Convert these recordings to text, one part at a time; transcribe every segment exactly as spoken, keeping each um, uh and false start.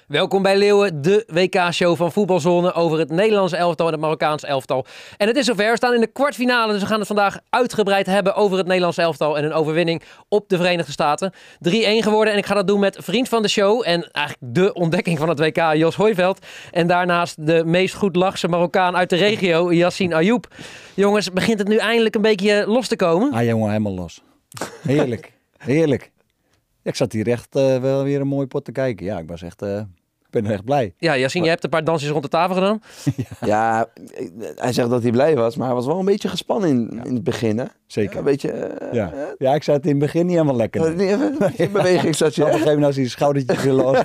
Welkom bij Leeuwen, de W K-show van Voetbalzone over het Nederlandse elftal en het Marokkaanse elftal. En het is zover, we staan in de kwartfinale, dus we gaan het vandaag uitgebreid hebben over het Nederlandse elftal en een overwinning op de Verenigde Staten. drie-een geworden en ik ga dat doen met vriend van de show en eigenlijk de ontdekking van het W K, Jos Hooiveld. En daarnaast de meest goed lachse Marokkaan uit de regio, Yassine Ayoub. Jongens, begint het nu eindelijk een beetje los te komen? Ah jongen, helemaal los. Heerlijk, heerlijk. Ik zat hier echt uh, wel weer een mooie pot te kijken. Ja, ik was echt, uh, ik ben echt blij. Ja, Yassine, je hebt een paar dansjes rond de tafel gedaan. ja. ja, hij zegt dat hij blij was, maar hij was wel een beetje gespannen in, ja. in het begin, hè? Zeker. Ja, een beetje... Uh, ja. Uh, ja, ik zat in het begin niet helemaal lekker. Uh, niet even in beweging zat je. Op een gegeven moment als hij schoudertjes weer los.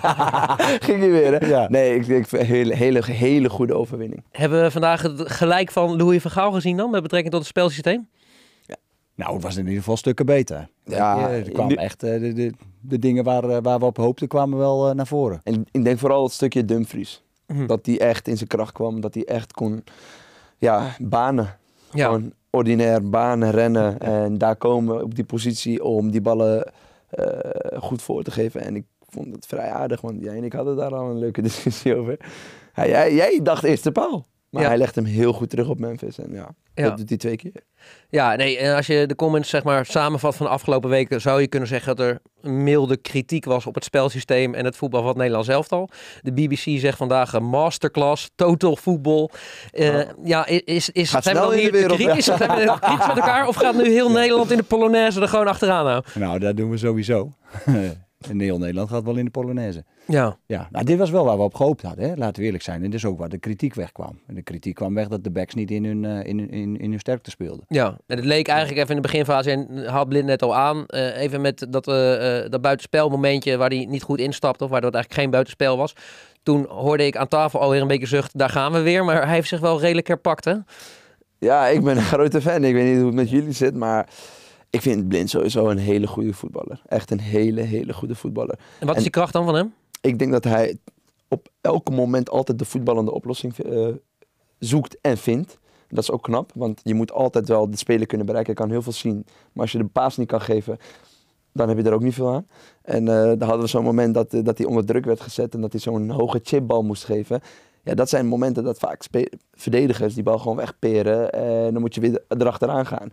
Ging hij weer, hè? Ja. Nee, ik denk een hele, hele, hele goede overwinning. Hebben we vandaag het gelijk van Louis van Gaal gezien dan, met betrekking tot het spelsysteem? Nou, het was in ieder geval stukken beter. Ja, er kwamen nu... echt uh, de, de, de dingen waar, waar we op hoopten, kwamen wel uh, naar voren. En ik denk vooral het stukje Dumfries. Mm-hmm. Dat die echt in zijn kracht kwam. Dat hij echt kon ja, banen. Ja. Gewoon ordinair banen, rennen. En daar komen op die positie om die ballen uh, goed voor te geven. En ik vond het vrij aardig, want jij en ik hadden daar al een leuke discussie over. Ja, jij, jij dacht eerste paal. Maar ja. hij legt hem heel goed terug op Memphis. En ja, ja. dat doet hij twee keer. Ja, nee, en als je de comments zeg maar samenvat van de afgelopen weken, zou je kunnen zeggen dat er een milde kritiek was op het spelsysteem en het voetbal van het Nederlands elftal. De B B C zegt vandaag een masterclass, total voetbal. Uh, oh. Ja, is, is, gaat zijn we dan hier wereld, kritisch, ja. zijn we kritisch met elkaar of gaat nu heel ja. Nederland in de Polonaise er gewoon achteraan nou? Nou, dat doen we sowieso. En heel Nederland gaat wel in de Polonaise. Ja. Ja, nou, dit was wel waar we op gehoopt hadden, hè? Laten we eerlijk zijn. En dit is ook waar de kritiek wegkwam. En de kritiek kwam weg dat de backs niet in hun, uh, in, in, in hun sterkte speelden. Ja, en het leek eigenlijk even in de beginfase, en had Blind net al aan, uh, even met dat, uh, uh, dat buitenspelmomentje waar hij niet goed instapte, of waardoor het eigenlijk geen buitenspel was. Toen hoorde ik aan tafel alweer een beetje zucht, daar gaan we weer. Maar hij heeft zich wel redelijk herpakt, hè? Ja, ik ben een grote fan. Ik weet niet hoe het met jullie zit, maar... Ik vind Blind sowieso een hele goede voetballer. Echt een hele, hele goede voetballer. En wat is die kracht dan van hem? Ik denk dat hij op elk moment altijd de voetballende oplossing uh, zoekt en vindt. Dat is ook knap, want je moet altijd wel de speler kunnen bereiken. Je kan heel veel zien, maar als je de paas niet kan geven, dan heb je er ook niet veel aan. En uh, dan hadden we zo'n moment dat, uh, dat hij onder druk werd gezet en dat hij zo'n hoge chipbal moest geven. Ja, dat zijn momenten dat vaak spe- verdedigers die bal gewoon wegperen en dan moet je weer erachteraan gaan.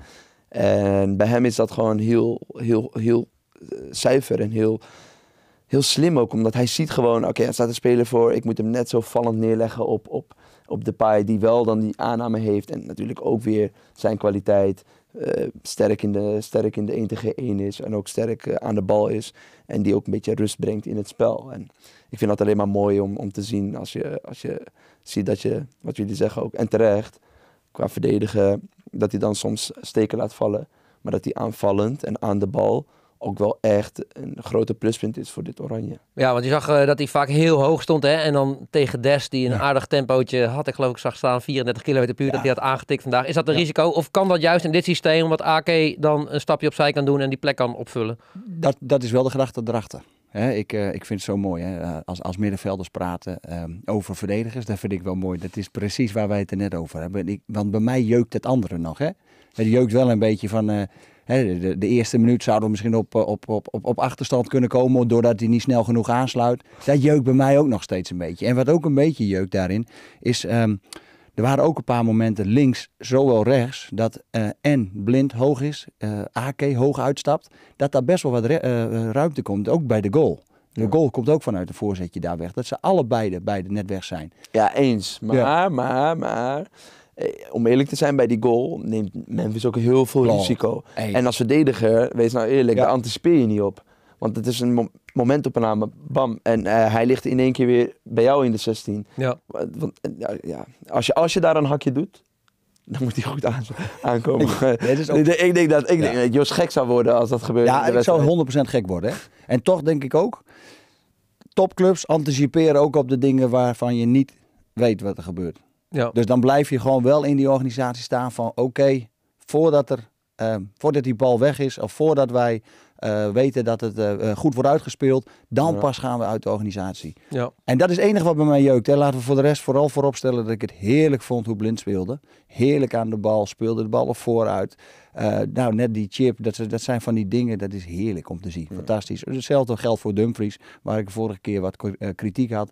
En bij hem is dat gewoon heel, heel, heel uh, zuiver en heel, heel slim ook. Omdat hij ziet gewoon, oké, okay, er staat een speler voor. Ik moet hem net zo vallend neerleggen op, op, op Depay, die wel dan die aanname heeft. En natuurlijk ook weer zijn kwaliteit. Uh, sterk, in de, sterk in de één tegen één is. En ook sterk uh, aan de bal is. En die ook een beetje rust brengt in het spel. En ik vind dat alleen maar mooi om, om te zien. Als je, als je ziet dat je, wat jullie zeggen ook, en terecht, qua verdedigen, dat hij dan soms steken laat vallen. Maar dat hij aanvallend en aan de bal ook wel echt een grote pluspunt is voor dit Oranje. Ja, want je zag uh, dat hij vaak heel hoog stond. Hè? En dan tegen Des, die een ja. aardig tempootje had. Ik geloof ik zag staan vierendertig kilometer per uur. Ja. Dat hij had aangetikt vandaag. Is dat een ja. risico? Of kan dat juist in dit systeem, omdat A K dan een stapje opzij kan doen en die plek kan opvullen? Dat, dat is wel de gedachte erachter. He, ik, uh, ik vind het zo mooi, hè? Als, als middenvelders praten um, over verdedigers, dat vind ik wel mooi. Dat is precies waar wij het er net over hebben. Ik, want bij mij jeukt het andere nog. Hè? Het jeukt wel een beetje van, uh, hè, de, de eerste minuut zouden we misschien op, op, op, op, op achterstand kunnen komen, doordat hij niet snel genoeg aansluit. Dat jeukt bij mij ook nog steeds een beetje. En wat ook een beetje jeukt daarin, is... Um, er waren ook een paar momenten links, zowel rechts, dat uh, en Blind hoog is, uh, A K hoog uitstapt, dat daar best wel wat re- uh, ruimte komt, ook bij de goal. De ja. goal komt ook vanuit een voorzetje daar weg. Dat ze allebei de, beide net weg zijn. Ja, eens. Maar, ja. maar, maar, eh, om eerlijk te zijn bij die goal, neemt Memphis ook heel veel Blanc. risico. Hey. En als verdediger, wees nou eerlijk, ja. daar anticipeer je niet op. Want het is een mo- momentopname, bam, en uh, hij ligt in één keer weer bij jou in de zestien. Ja. Want, uh, ja, als, je, als je daar een hakje doet, dan moet hij goed aan, aankomen. Nee, is ook... ik denk dat, ik ja. denk dat Jos gek zou worden als dat gebeurt. Ja, ik zou honderd procent gek worden. Hè? En toch denk ik ook, topclubs anticiperen ook op de dingen waarvan je niet weet wat er gebeurt. Ja. Dus dan blijf je gewoon wel in die organisatie staan van, oké, okay, voordat er uh, voordat die bal weg is of voordat wij uh, weten dat het uh, goed wordt uitgespeeld, dan ja. pas gaan we uit de organisatie. Ja. En dat is het enige wat bij mij jeukt. Hè. Laten we voor de rest vooral vooropstellen dat ik het heerlijk vond hoe Blind speelde. Heerlijk aan de bal, speelde de bal op vooruit. Uh, nou, net die chip, dat, dat zijn van die dingen, dat is heerlijk om te zien. Ja. Fantastisch. Hetzelfde geldt voor Dumfries, waar ik de vorige keer wat uh, kritiek had.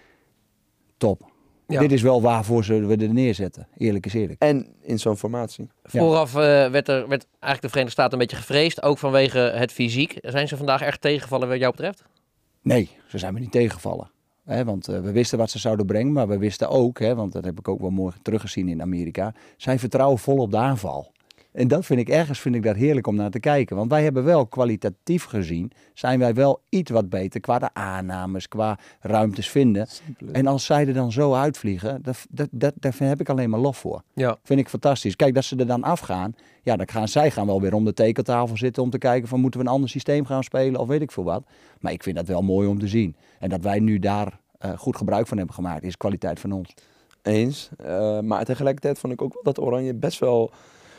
Top. Ja. Dit is wel waarvoor ze we er neerzetten. Eerlijk is eerlijk. En in zo'n formatie. Vooraf uh, werd, er, werd eigenlijk de Verenigde Staten een beetje gevreesd. Ook vanwege het fysiek. Zijn ze vandaag echt tegengevallen wat jou betreft? Nee, ze zijn me niet tegengevallen. He, want uh, we wisten wat ze zouden brengen. Maar we wisten ook, he, want dat heb ik ook wel mooi teruggezien in Amerika. Zij vertrouwen vol op de aanval. En dat vind ik ergens vind ik dat heerlijk om naar te kijken. Want wij hebben wel kwalitatief gezien, zijn wij wel iets wat beter qua de aannames, qua ruimtes vinden. Simpel. En als zij er dan zo uitvliegen, dat, dat, dat, daar heb ik alleen maar lof voor. Ja. Vind ik fantastisch. Kijk, dat ze er dan afgaan, ja, dan gaan zij gaan wel weer om de tekentafel zitten om te kijken van moeten we een ander systeem gaan spelen of weet ik veel wat. Maar ik vind dat wel mooi om te zien. En dat wij nu daar uh, goed gebruik van hebben gemaakt, is kwaliteit van ons. Eens. Uh, maar tegelijkertijd vond ik ook wel dat Oranje best wel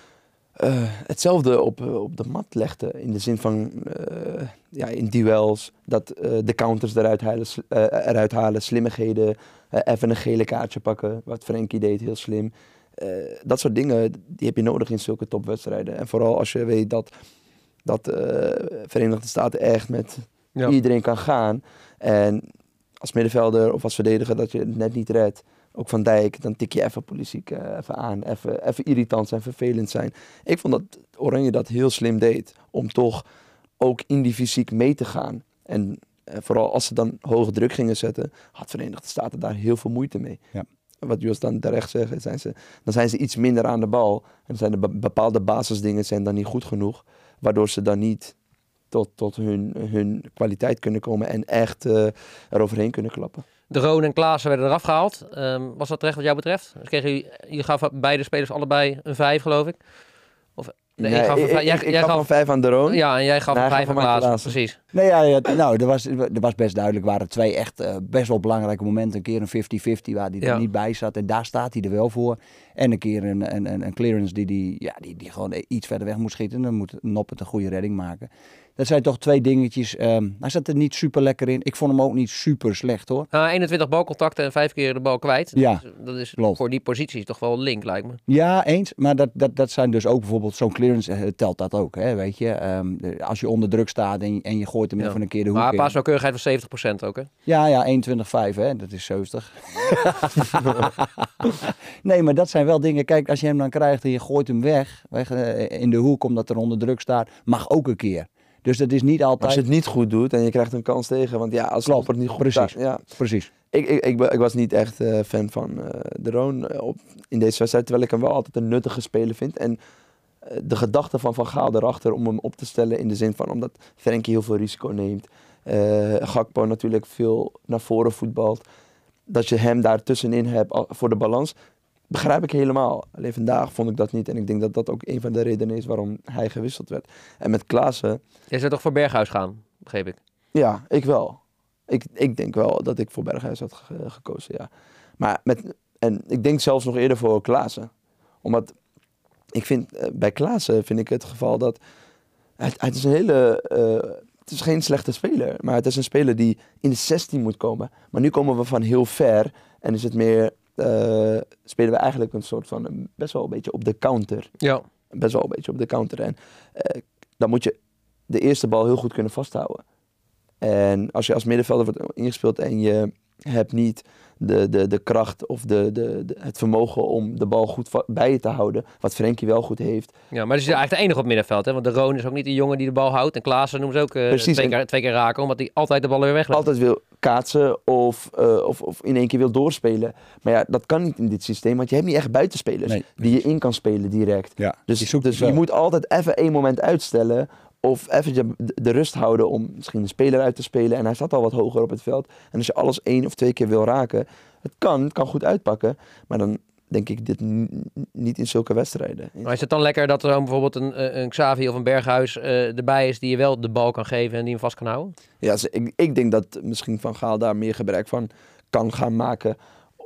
Uh, hetzelfde op, uh, op de mat legde. In de zin van uh, ja, in duels, dat uh, de counters eruit halen, uh, eruit halen slimmigheden, uh, even een gele kaartje pakken, wat Frenkie deed, heel slim. Uh, dat soort dingen, die heb je nodig in zulke topwedstrijden. En vooral als je weet dat, dat uh, Verenigde Staten echt met ja. iedereen kan gaan. En als middenvelder of als verdediger dat je het net niet redt. Ook Van Dijk, dan tik je even politiek uh, even aan, even, even irritant zijn, vervelend zijn. Ik vond dat Oranje dat heel slim deed, om toch ook in die fysiek mee te gaan. En uh, vooral als ze dan hoge druk gingen zetten, had Verenigde Staten daar heel veel moeite mee. Ja. Wat Jos dan terecht zegt, zijn ze, dan zijn ze iets minder aan de bal. En zijn de bepaalde basisdingen zijn dan niet goed genoeg, waardoor ze dan niet tot, tot hun, hun kwaliteit kunnen komen en echt uh, eroverheen kunnen klappen. De Roon en Klaassen werden eraf gehaald. Um, was dat terecht wat jou betreft? Dus kreeg je, je gaf beide spelers allebei een vijf, geloof ik. Of, nee, nee, gaf een vijf, ik, jij, ik, ik jij gaf een vijf aan de Roon. Ja, en jij gaf nee, een vijf aan Klaassen, precies. Nee, ja, ja, nou, er was, er was best duidelijk, waren twee echt uh, best wel belangrijke momenten. Een keer een vijftig vijftig waar hij ja. er niet bij zat. En daar staat hij er wel voor. En een keer een, een, een clearance die, die, ja, die, die gewoon iets verder weg moet schieten. Dan moet Noppert een goede redding maken. Dat zijn toch twee dingetjes. Um, hij zat er niet super lekker in. Ik vond hem ook niet super slecht hoor. Uh, eenentwintig balcontacten en vijf keer de bal kwijt. Ja, dat is, dat is voor die positie toch wel link, lijkt me. Ja, eens. Maar dat, dat, dat zijn dus ook bijvoorbeeld zo'n clearance uh, telt dat ook. Hè, weet je. Um, als je onder druk staat en je, en je gooit hem ja. even een keer de hoek maar in. Maar paasnauwkeurigheid van zeventig procent ook hè? Ja, ja, eenentwintig vijf hè. Dat is zeventig. Nee, maar dat zijn wel dingen. Kijk, als je hem dan krijgt en je gooit hem weg, weg uh, in de hoek omdat er onder druk staat, mag ook een keer. Dus dat is niet altijd. Als je het niet goed doet en je krijgt een kans tegen, want ja, als Klopt, het niet goed precies, staat, ja. precies. Ik, ik, ik, ik was niet echt uh, fan van uh, de Roon uh, op, in deze wedstrijd, terwijl ik hem wel altijd een nuttige speler vind. En uh, de gedachte van Van Gaal erachter om hem op te stellen in de zin van, omdat Frenkie heel veel risico neemt, uh, Gakpo natuurlijk veel naar voren voetbalt, dat je hem daar tussenin hebt voor de balans. Begrijp ik helemaal. Alleen vandaag vond ik dat niet. En ik denk dat dat ook een van de redenen is waarom hij gewisseld werd. En met Klaassen... Jij zou toch voor Berghuis gaan, begreep ik? Ja, ik wel. Ik, ik denk wel dat ik voor Berghuis had ge- gekozen, ja. Maar met... En ik denk zelfs nog eerder voor Klaassen. Omdat... Ik vind... Bij Klaassen vind ik het geval dat... Het, het is een hele... Uh, het is geen slechte speler. Maar het is een speler die in de zestien moet komen. Maar nu komen we van heel ver. En is het meer... Uh, spelen we eigenlijk een soort van uh, best wel een beetje op de counter. Ja. Best wel een beetje op de counter. En uh, dan moet je de eerste bal heel goed kunnen vasthouden. En als je als middenvelder wordt ingespeeld en je hebt niet de, de, de kracht of de, de, de, het vermogen om de bal goed va- bij je te houden, wat Frenkie wel goed heeft. Ja, maar dat is eigenlijk de enige op het middenveld, hè? Want de Roon is ook niet de jongen die de bal houdt. En Klaassen noemen ze ook uh, Precies, twee, keer, twee keer raken, omdat hij altijd de bal weer weglegt. Altijd wil kaatsen of, uh, of, of in één keer wil doorspelen. Maar ja, dat kan niet in dit systeem, want je hebt niet echt buitenspelers nee, die je in kan spelen direct. Ja, dus je, dus je moet altijd even één moment uitstellen of even de rust houden om misschien een speler uit te spelen. En hij staat al wat hoger op het veld. En als je alles één of twee keer wil raken, het kan, het kan goed uitpakken. Maar dan denk ik dit n- niet in zulke wedstrijden. Maar is het dan lekker dat er dan bijvoorbeeld een, een Xavi of een Berghuis uh, erbij is die je wel de bal kan geven en die hem vast kan houden? Ja, dus ik, ik denk dat misschien Van Gaal daar meer gebruik van kan gaan maken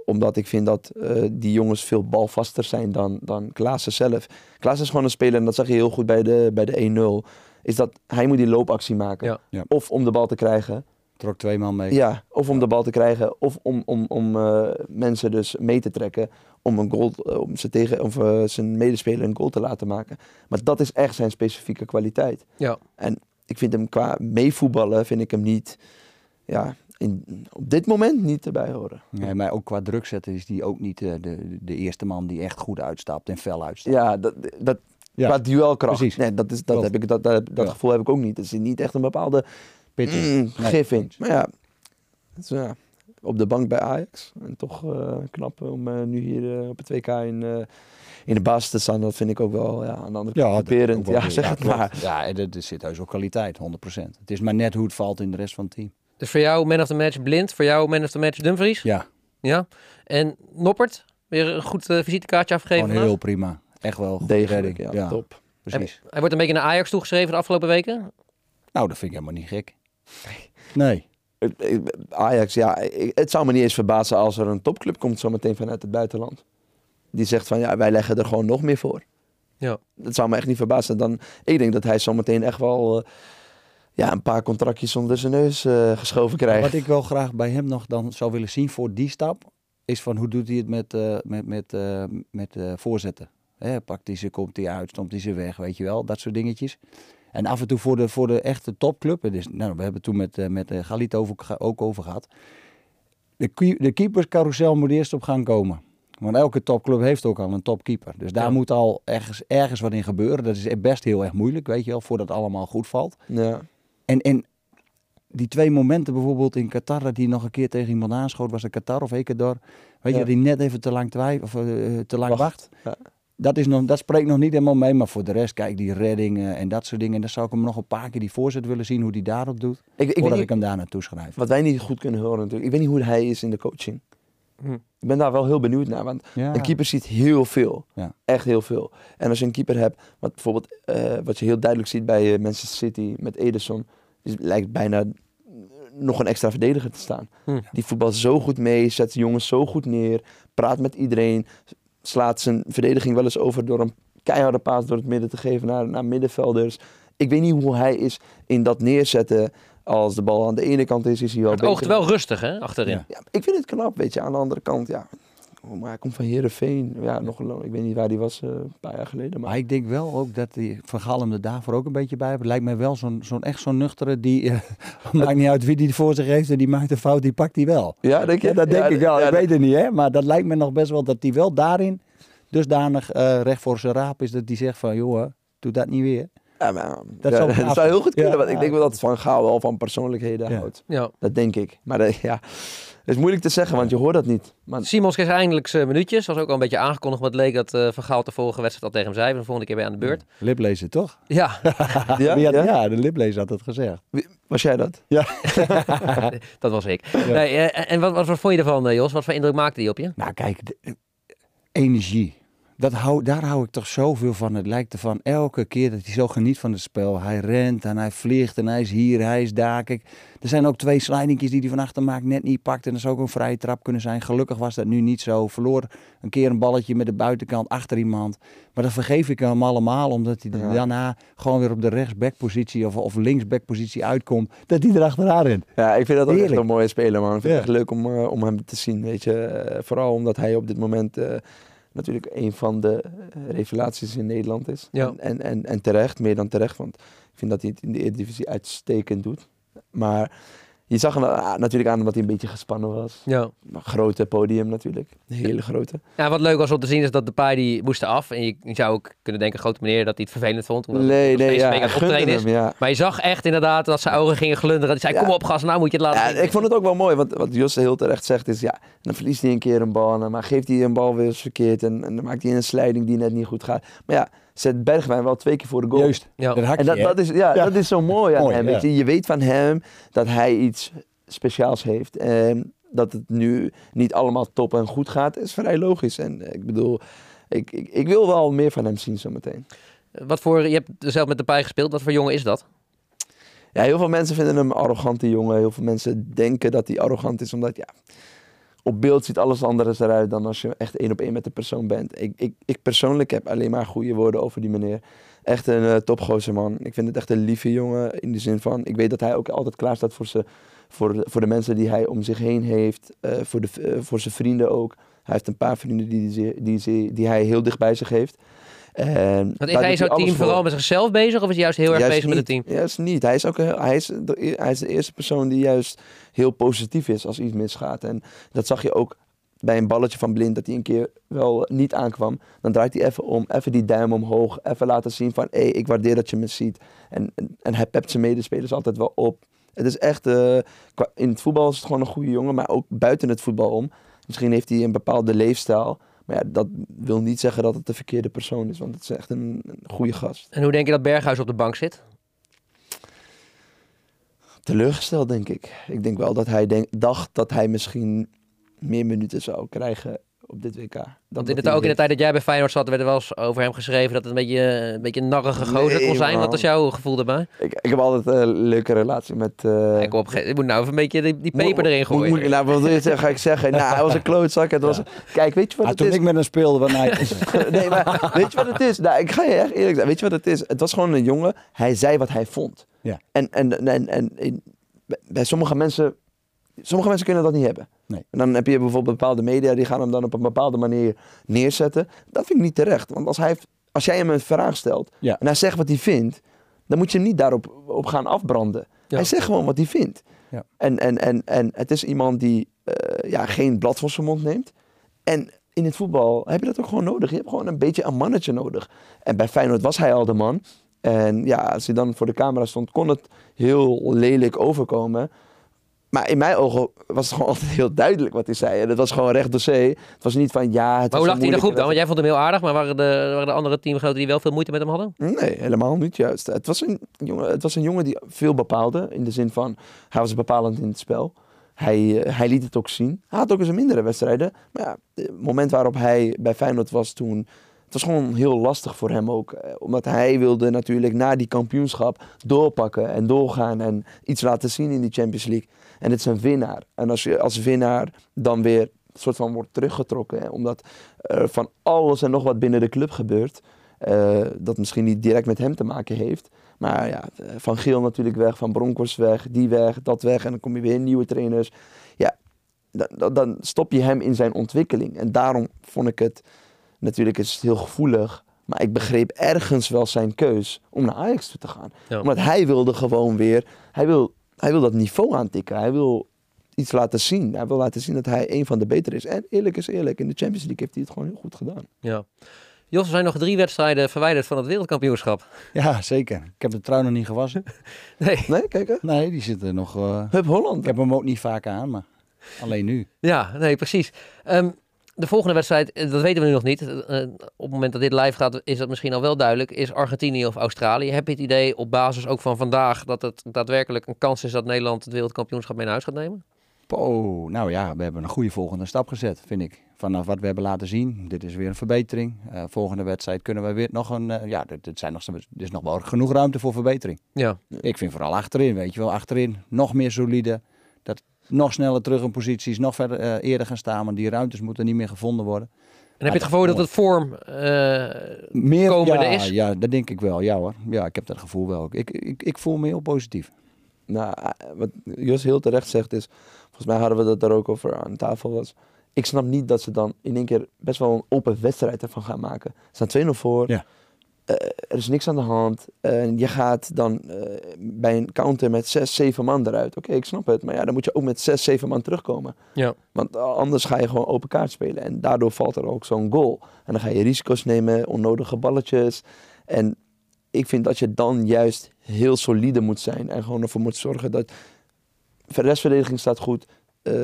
Omdat ik vind dat uh, die jongens veel balvaster zijn dan, dan Klaassen zelf. Klaassen is gewoon een speler, en dat zag je heel goed bij de, bij de één nul. Is dat hij moet die loopactie maken. Ja. Ja. Of om de bal te krijgen. Trok twee man mee. Ja, of om de bal te krijgen. Of om, om, om uh, mensen dus mee te trekken. Om, een goal, uh, om zijn, tegen, of, uh, zijn medespeler een goal te laten maken. Maar dat is echt zijn specifieke kwaliteit. Ja. En ik vind hem qua meevoetballen, vind ik hem niet... Ja, in, op dit moment niet erbij horen. Nee, maar ook qua druk zetten is die ook niet uh, de, de eerste man die echt goed uitstapt en fel uitstapt. Ja, dat, dat, Ja, qua duelkracht. precies. Nee, dat is, dat heb ik, dat, dat, dat Ja. gevoel heb ik ook niet. Er zit niet echt een bepaalde Pittig. mm, Nee, gif in. eens. Maar ja, het is, ja, op de bank bij Ajax. En toch uh, knap om uh, nu hier uh, op het W K in, uh, in de basis te staan. Dat vind ik ook wel ja, aan de andere kant dat typerend. ook wel Ja, weer. zeg Ja, het klopt. maar. Ja, en er, er zit heus ook kwaliteit, honderd procent. Het is maar net hoe het valt in de rest van het team. Dus voor jou man of the match Blind, voor jou man of the match Dumfries. Ja, Ja. En Noppert, weer een goed uh, visitekaartje afgegeven gewoon vandaag. heel prima. Echt wel goed Degelijk, redding. ja, top. Precies. Hij wordt een beetje naar Ajax toegeschreven de afgelopen weken. Nou, dat vind ik helemaal niet gek. Nee. Ajax, ja, ik- het zou me niet eens verbazen als er een topclub komt zometeen vanuit het buitenland. Die zegt van ja, wij leggen er gewoon nog meer voor. Ja. Dat zou me echt niet verbazen. Dan, ik denk dat hij zometeen echt wel uh, ja, een paar contractjes onder zijn neus uh, geschoven krijgt. Wat ik wel graag bij hem nog dan zou willen zien voor die stap, is van hoe doet hij het met, uh, met, met, uh, met uh, voorzetten. Hè, pakt hij ze, komt hij uit, stomt hij ze weg, weet je wel. Dat soort dingetjes. En af en toe voor de, voor de echte topclub, dus, nou, we hebben het toen met, uh, met uh, Galit over, ook over gehad. De, de keeperscarousel moet eerst op gang komen. Want elke topclub heeft ook al een topkeeper. Dus daar Ja. moet al ergens, ergens wat in gebeuren. Dat is best heel erg moeilijk, weet je wel, voordat het allemaal goed valt. Ja. En, en die twee momenten bijvoorbeeld in Qatar, dat hij nog een keer tegen iemand aanschoot, was het Qatar of Ecuador. Weet je, Ja. dat hij net even te lang, twij, of, uh, te lang wacht. Ja. Dat, is nog, dat spreekt nog niet helemaal mee, maar voor de rest, kijk, die reddingen en dat soort dingen. En dan zou ik hem nog een paar keer die voorzet willen zien, hoe hij daarop doet. Ik, ik weet voordat niet, ik hem daar naartoe schrijf. wat wij niet goed kunnen horen natuurlijk. Ik weet niet hoe hij is in de coaching. Hm. Ik ben daar wel heel benieuwd naar, want Ja. een keeper ziet heel veel. Ja. Echt heel veel. En als je een keeper hebt, wat bijvoorbeeld uh, wat je heel duidelijk ziet bij uh, Manchester City met Ederson, is, lijkt bijna nog een extra verdediger te staan. Hm. Die voetbalt zo goed mee, zet de jongens zo goed neer, praat met iedereen, slaat zijn verdediging wel eens over door een keiharde paas door het midden te geven naar, naar middenvelders. Ik weet niet hoe hij is in dat neerzetten. Als de bal aan de ene kant is, is hij wel Het oogt beter. wel rustig hè, achterin. Ja. Ja, ik vind het knap, weet je. Aan de andere kant, ja. Oh, maar hij komt van Heerenveen. Ja, nog een, ik weet niet waar hij was uh, een paar jaar geleden. Maar Maar ik denk wel ook dat die Van Gaal hem er daarvoor ook een beetje bij heeft. Lijkt mij wel zo'n zo'n echt zo'n nuchtere die, uh, maakt niet uit wie die voor zich heeft en die maakt een fout, die pakt die wel. ja, denk je? Ja, dat denk ja, ik wel. ja, ik weet het niet, hè. Maar dat lijkt me nog best wel dat hij wel daarin dusdanig uh, recht voor zijn raap is dat hij zegt van, joh, doe dat niet weer. Ja, maar, Dat ja, zou dat gaaf zou heel goed kunnen. Ja, want ik ja. denk wel dat Van Gaal wel van persoonlijkheden Ja. houdt. Ja. Dat denk ik. Maar dat, ja, het is moeilijk te zeggen, want je hoort dat niet. Maar, Simons kreeg eindelijk zijn minuutjes. Was ook al een beetje aangekondigd, maar het leek dat uh, Van Gaal de vorige wedstrijd al tegen hem zei. De volgende keer ben je aan de beurt. Liplezer, toch? Ja, ja, Wie had- ja? ja, de Liplezer had het gezegd. Wie- Was jij dat? dat was ik. Nee, uh, en wat, wat, wat vond je ervan, uh, Jos? Wat voor indruk maakte die op je? Nou, kijk, de- de- energie. Dat hou, daar hou ik toch zoveel van. Het lijkt ervan elke keer dat hij zo geniet van het spel. Hij rent en hij vliegt en hij is hier, hij is daar. Kijk, er zijn ook twee slidingjes die hij van achter maakt, net niet pakt. En dat zou ook een vrije trap kunnen zijn. Gelukkig was dat nu niet zo. Verloor een keer een balletje met de buitenkant achter iemand. Maar dat vergeef ik hem allemaal, omdat hij Ja. daarna gewoon weer op de rechtsbackpositie of, of linksbackpositie uitkomt. Dat hij er achteraan rent. Ja, ik vind dat ook echt Heerlijk. een mooie speler, man. Ik vind Ja. het echt leuk om, uh, om hem te zien, weet je. Uh, vooral omdat hij op dit moment uh, natuurlijk een van de uh, revelaties in Nederland is. Ja. En, en, en, en terecht, meer dan terecht, want ik vind dat hij het in de Eredivisie uitstekend doet. Maar je zag hem uh, natuurlijk aan dat hij een beetje gespannen was. Ja. Maar grote podium natuurlijk, een hele grote. Ja, wat leuk was om te zien is dat de paai die moesten af. En je, je zou ook kunnen denken, grote meneer, dat hij het vervelend vond. Omdat Nee, hij nog nee, steeds ja, een beetje aan het gunde optreden is. hem, ja. Maar je zag echt inderdaad dat zijn ogen gingen glunderen. Die zei, Ja. kom op gast, nou moet je het laten Ja, zien. ik vond het ook wel mooi, want wat Jos heel terecht zegt is, ja, dan verliest hij een keer een bal, maar geeft hij een bal weer eens verkeerd en, en dan maakt hij een slijding die net niet goed gaat. Maar ja, zet Bergwijn wel twee keer voor de goal. Juist, Ja. dat hakje, En dat, hè? dat, is, ja, Ja. dat is zo mooi aan Mooi, hem. ja. Weet je. je weet van hem dat hij iets speciaals heeft. En dat het nu niet allemaal top en goed gaat, is vrij logisch. En eh, ik bedoel, ik, ik, ik wil wel meer van hem zien zometeen. Wat voor, je hebt zelf met de paai gespeeld. Wat voor jongen is dat? Ja, heel veel mensen vinden hem een arrogante jongen. Heel veel mensen denken dat hij arrogant is, omdat ja, op beeld ziet alles anders eruit dan als je echt één op één met de persoon bent. Ik, ik, ik persoonlijk heb alleen maar goede woorden over die meneer. Echt een uh, topgozer man. Ik vind het echt een lieve jongen in de zin van, ik weet dat hij ook altijd klaar staat voor, ze, voor, voor de mensen die hij om zich heen heeft. Uh, voor, de, uh, voor zijn vrienden ook. Hij heeft een paar vrienden die, die, die, die hij heel dicht bij zich heeft. En Want is hij zo'n team vooral voor... met zichzelf bezig of is hij juist heel erg juist bezig niet, met het team? Juist niet. Hij is, ook, hij, is de, hij is de eerste persoon die juist heel positief is als iets misgaat. En dat zag je ook bij een balletje van Blind, dat hij een keer wel niet aankwam. Dan draait hij even om, even die duim omhoog, even laten zien van hé, hey, ik waardeer dat je me ziet. En, en, en hij pept zijn medespelers altijd wel op. Het is echt, uh, in het voetbal is het gewoon een goede jongen, maar ook buiten het voetbal om. Misschien heeft hij een bepaalde leefstijl. Maar ja, dat wil niet zeggen dat het de verkeerde persoon is, want het is echt een, een goede gast. En hoe denk je dat Berghuis op de bank zit? Teleurgesteld, denk ik. Ik denk wel dat hij denk, dacht dat hij misschien meer minuten zou krijgen op dit W K. Want in het, ook in de tijd dat jij bij Feyenoord zat, werd er wel eens over hem geschreven dat het een beetje een, beetje een narrige gozer nee, kon zijn. Man. Wat was jouw gevoel daarbij? Ik, ik heb altijd een leuke relatie met... Uh... Ik, op, ik moet nou even een beetje die, die peper erin gooien. Moet, moet, nou, wat wil je zeggen? Ga ik zeggen? Nou, hij was een klootzak. Het was, ja. Kijk, weet je wat ah, het toen is? Toen ik met hem speelde, wat hij... nee, maar weet je wat het is? Nou, ik ga je echt eerlijk zijn. Weet je wat het is? Het was gewoon een jongen. Hij zei wat hij vond. Ja. En, en, en, en, en bij sommige mensen... Sommige mensen kunnen dat niet hebben. Nee. En dan heb je bijvoorbeeld bepaalde media die gaan hem dan op een bepaalde manier neerzetten. Dat vind ik niet terecht. Want als, hij, als jij hem een vraag stelt ja. en hij zegt wat hij vindt, dan moet je hem niet daarop op gaan afbranden. Ja. Hij zegt gewoon wat hij vindt. Ja. En, en, en, en het is iemand die uh, ja, geen blad voor zijn mond neemt. En in het voetbal heb je dat ook gewoon nodig. Je hebt gewoon een beetje een mannetje nodig. En bij Feyenoord was hij al de man. En ja, als hij dan voor de camera stond, kon het heel lelijk overkomen. Maar in mijn ogen was het gewoon altijd heel duidelijk wat hij zei. En het was gewoon recht door zee. Het was niet van ja... Het maar hoe lag hij in de groep dan? Want jij vond hem heel aardig, maar waren de, waren de andere teamgenoten die wel veel moeite met hem hadden? Nee, helemaal niet juist. Het was, een jongen, het was een jongen die veel bepaalde. In de zin van, hij was bepalend in het spel. Hij, uh, hij liet het ook zien. Hij had ook eens een mindere wedstrijden. Maar ja, het moment waarop hij bij Feyenoord was toen... Het was gewoon heel lastig voor hem ook. Omdat hij wilde natuurlijk na die kampioenschap doorpakken en doorgaan en iets laten zien in die Champions League. En het is een winnaar. En als je als winnaar dan weer een soort van wordt teruggetrokken. Hè, omdat er van alles en nog wat binnen de club gebeurt. Uh, dat misschien niet direct met hem te maken heeft. Maar ja, Van Geel natuurlijk weg, Van Bronckhorst weg, die weg, dat weg. En dan kom je weer nieuwe trainers. Ja, dan, dan stop je hem in zijn ontwikkeling. En daarom vond ik het... Natuurlijk is het heel gevoelig, maar ik begreep ergens wel zijn keus om naar Ajax toe te gaan. Ja. Omdat hij wilde gewoon weer, hij wil, hij wil dat niveau aantikken. Hij wil iets laten zien. Hij wil laten zien dat hij een van de betere is. En eerlijk is eerlijk, in de Champions League heeft hij het gewoon heel goed gedaan. Ja. Jos, er zijn nog drie wedstrijden verwijderd van het wereldkampioenschap. Ja, zeker. Ik heb de trui nog niet gewassen. Nee. Nee, kijk hè? Nee, die zitten nog... Uh... Hup Holland. Ik heb hem ook niet vaak aan, maar alleen nu. Ja, nee, precies. Um, De volgende wedstrijd, dat weten we nu nog niet. Uh, op het moment dat dit live gaat, is dat misschien al wel duidelijk. Is Argentinië of Australië? Heb je het idee op basis ook van vandaag dat het daadwerkelijk een kans is dat Nederland het wereldkampioenschap mee naar huis gaat nemen? Oh, nou ja, we hebben een goede volgende stap gezet, vind ik. Vanaf wat we hebben laten zien. Dit is weer een verbetering. Uh, volgende wedstrijd kunnen we weer nog een... Uh, ja, dit, dit zijn nog, er is nog wel genoeg ruimte voor verbetering. Ja. Ik vind vooral achterin, weet je wel. Achterin nog meer solide. Dat nog sneller terug in posities, nog verder uh, eerder gaan staan. Want die ruimtes moeten niet meer gevonden worden. En heb je het gevoel dat het vorm uh, meer komende ja, is? Ja, dat denk ik wel. Ja hoor. Ja, ik heb dat gevoel wel. Ik, ik, ik voel me heel positief. Nou, wat Jos heel terecht zegt is... Volgens mij hadden we dat daar ook over aan tafel was. Ik snap niet dat ze dan in één keer best wel een open wedstrijd ervan gaan maken. Ze staan twee nul voor. Ja. Uh, er is niks aan de hand. Uh, je gaat dan uh, bij een counter met zes, zeven man eruit. Oké, okay, ik snap het. Maar ja, dan moet je ook met zes, zeven man terugkomen. Ja. Want uh, anders ga je gewoon open kaart spelen. En daardoor valt er ook zo'n goal. En dan ga je risico's nemen, onnodige balletjes. En ik vind dat je dan juist heel solide moet zijn. En gewoon ervoor moet zorgen dat... De restverdediging staat goed. Uh,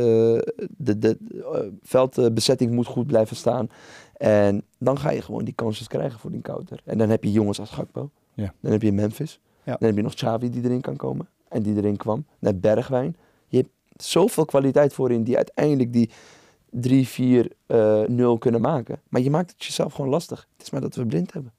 de de uh, veldbezetting moet goed blijven staan. En dan ga je gewoon die kansjes krijgen voor die counter. En dan heb je jongens als Gakpo. Ja. Dan heb je Memphis. Ja. Dan heb je nog Xavi die erin kan komen. En die erin kwam. Dan heb je Bergwijn. Je hebt zoveel kwaliteit voorin die uiteindelijk die drie vier nul kunnen maken. Maar je maakt het jezelf gewoon lastig. Het is maar dat we Blind hebben.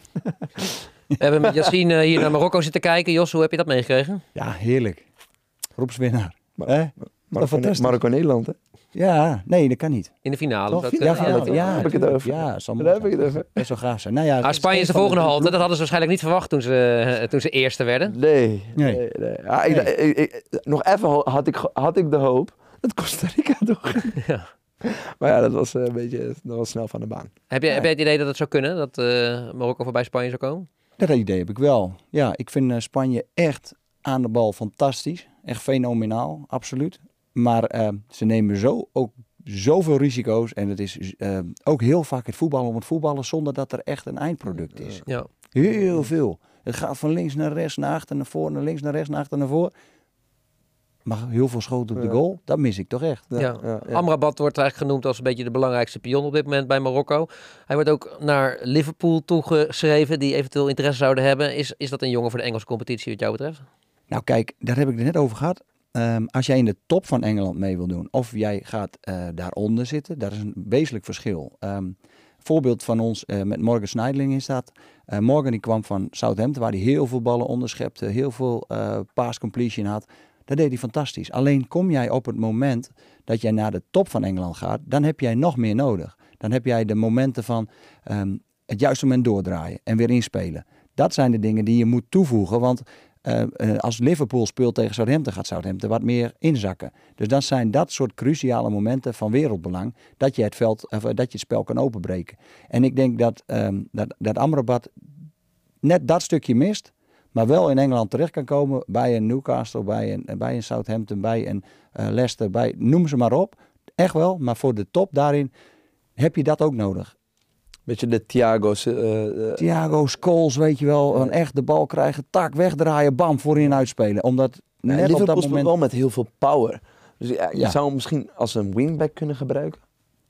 We hebben met Yassine hier naar Marokko zitten kijken. Jos, hoe heb je dat meegekregen? Ja, heerlijk. Groepswinnaar. Maar, Marokko, Marokko Nederland, hè? Ja, nee, dat kan niet. In de finale. Toch? Dat, Ja, uh, finale, dat- ja, daar heb ik het tuurlijk. over. Ja, zal Daar mooi heb ik zijn. het over. Dat zou gaaf zijn. Nou ja, Ah, Spanje is de volgende halte. Dat hadden ze waarschijnlijk niet verwacht toen ze, uh, toen ze eerste werden. Nee, Nee. nee, nee. Ja, ik, Nee. ik- ik- nog even ho- had ik, ge- had ik de hoop dat Costa Rica doorging. Ja. Maar ja, dat was eh, een beetje dat was snel van de baan. Heb, je, Ja. heb jij het idee dat het zou kunnen? Dat uh, Marokko voorbij Spanje zou komen? dat idee heb ik wel. Ja, ik vind uh, Spanje echt aan de bal fantastisch. Echt fenomenaal, absoluut. Maar uh, ze nemen zo ook zoveel risico's. En het is uh, ook heel vaak het voetballen om het voetballen zonder dat er echt een eindproduct is. Ja. Heel veel. Het gaat van links naar rechts, naar achter, naar voor, naar links, naar rechts, naar achter, naar voor. Maar heel veel schoten op de Ja. goal, dat mis ik toch echt. Ja. ja, ja. Amrabat wordt eigenlijk genoemd als een beetje de belangrijkste pion op dit moment bij Marokko. Hij wordt ook naar Liverpool toegeschreven, die eventueel interesse zouden hebben. Is, is dat een jongen voor de Engelse competitie wat jou betreft? Nou kijk, daar heb ik het net over gehad. Um, als jij in de top van Engeland mee wil doen, of jij gaat uh, daaronder zitten, dat is een wezenlijk verschil. Um, voorbeeld van ons uh, met Morgan Schneiderlin is dat. Uh, Morgan die kwam van Southampton, waar hij heel veel ballen onderschepte, heel veel uh, pass completion had. Dat deed hij fantastisch. Alleen kom jij op het moment dat jij naar de top van Engeland gaat, dan heb jij nog meer nodig. Dan heb jij de momenten van um, het juiste moment doordraaien en weer inspelen. Dat zijn de dingen die je moet toevoegen, want Uh, uh, als Liverpool speelt tegen Southampton, gaat Southampton wat meer inzakken. Dus dat zijn dat soort cruciale momenten van wereldbelang, dat je het, veld, uh, dat je het spel kan openbreken. En ik denk dat, um, dat, dat Amrabat net dat stukje mist, maar wel in Engeland terecht kan komen bij een Newcastle, bij een, bij een Southampton, bij een uh, Leicester, bij, noem ze maar op. Echt wel, maar voor de top daarin heb je dat ook nodig. Beetje de Thiago's. Uh, uh, Thiago, Scholes, weet je wel, een echt de bal krijgen, tak, wegdraaien, bam, voorin uitspelen. Omdat ja, net Liverpool op dat speelt moment... wel met heel veel power. Dus ja, je Ja. zou hem misschien als een wingback kunnen gebruiken.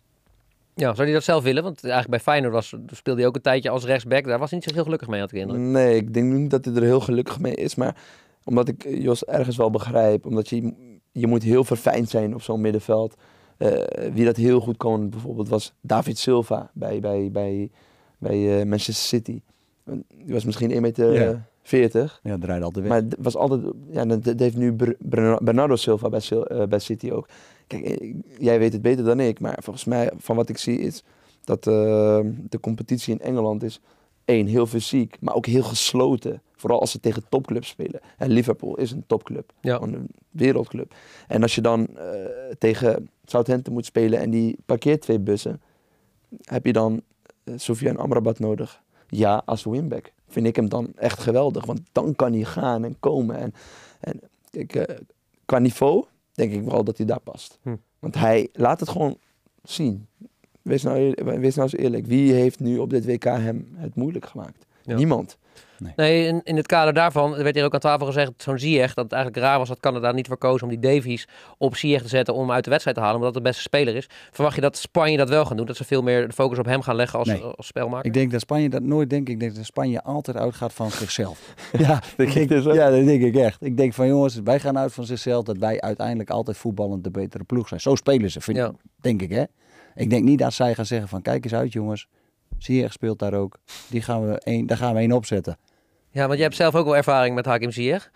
Ja, zou hij dat zelf willen? Want eigenlijk bij Feyenoord was, speelde hij ook een tijdje als rechtsback. Daar was hij niet zo heel gelukkig mee, had ik de indruk. Nee, ik denk niet dat hij er heel gelukkig mee is. Maar omdat ik Jos ergens wel begrijp. Omdat je, je moet heel verfijnd zijn op zo'n middenveld. Uh, wie dat heel goed kon bijvoorbeeld was David Silva bij, bij, bij, bij uh, Manchester City. Die was misschien één meter veertig. Ja, draait altijd weg. Maar het was altijd, ja, dat, dat heeft nu Bernardo Silva bij, uh, bij City ook. Kijk, jij weet het beter dan ik, maar volgens mij, van wat ik zie, is dat uh, de competitie in Engeland is één, heel fysiek, maar ook heel gesloten. Vooral als ze tegen topclubs spelen. En Liverpool is een topclub, Ja. een wereldclub. En als je dan uh, tegen Southampton moet spelen en die parkeert twee bussen, heb je dan uh, Soufiane Amrabat nodig. Ja, als wingback vind ik hem dan echt geweldig, want dan kan hij gaan en komen. En, en ik, uh, qua niveau denk ik wel dat hij daar past. Hm. Want hij laat het gewoon zien. Wees nou, eerlijk, wees nou eens eerlijk, wie heeft nu op dit W K hem het moeilijk gemaakt? Ja. Niemand. Nee. Nee, in, in het kader daarvan werd hier ook aan tafel gezegd, zo'n Ziyech, dat het eigenlijk raar was dat Canada niet voor koos om die Davies op Ziyech te zetten om hem uit de wedstrijd te halen, omdat het de beste speler is. Verwacht je dat Spanje dat wel gaan doen? Dat ze veel meer de focus op hem gaan leggen als, Nee. als spelmaker? Ik denk dat Spanje dat nooit denkt. Ik denk dat Spanje altijd uitgaat van zichzelf. ja, Denk je dus ook? ja, dat denk ik echt. Ik denk van jongens, wij gaan uit van zichzelf dat wij uiteindelijk altijd voetballend de betere ploeg zijn. Zo spelen ze, vind Ja. ik, denk ik hè. Ik denk niet dat zij gaan zeggen van kijk eens uit jongens. Ziyech speelt daar ook. Die gaan we één, daar gaan we één opzetten. Ja, want jij hebt zelf ook wel ervaring met Hakim Ziyech.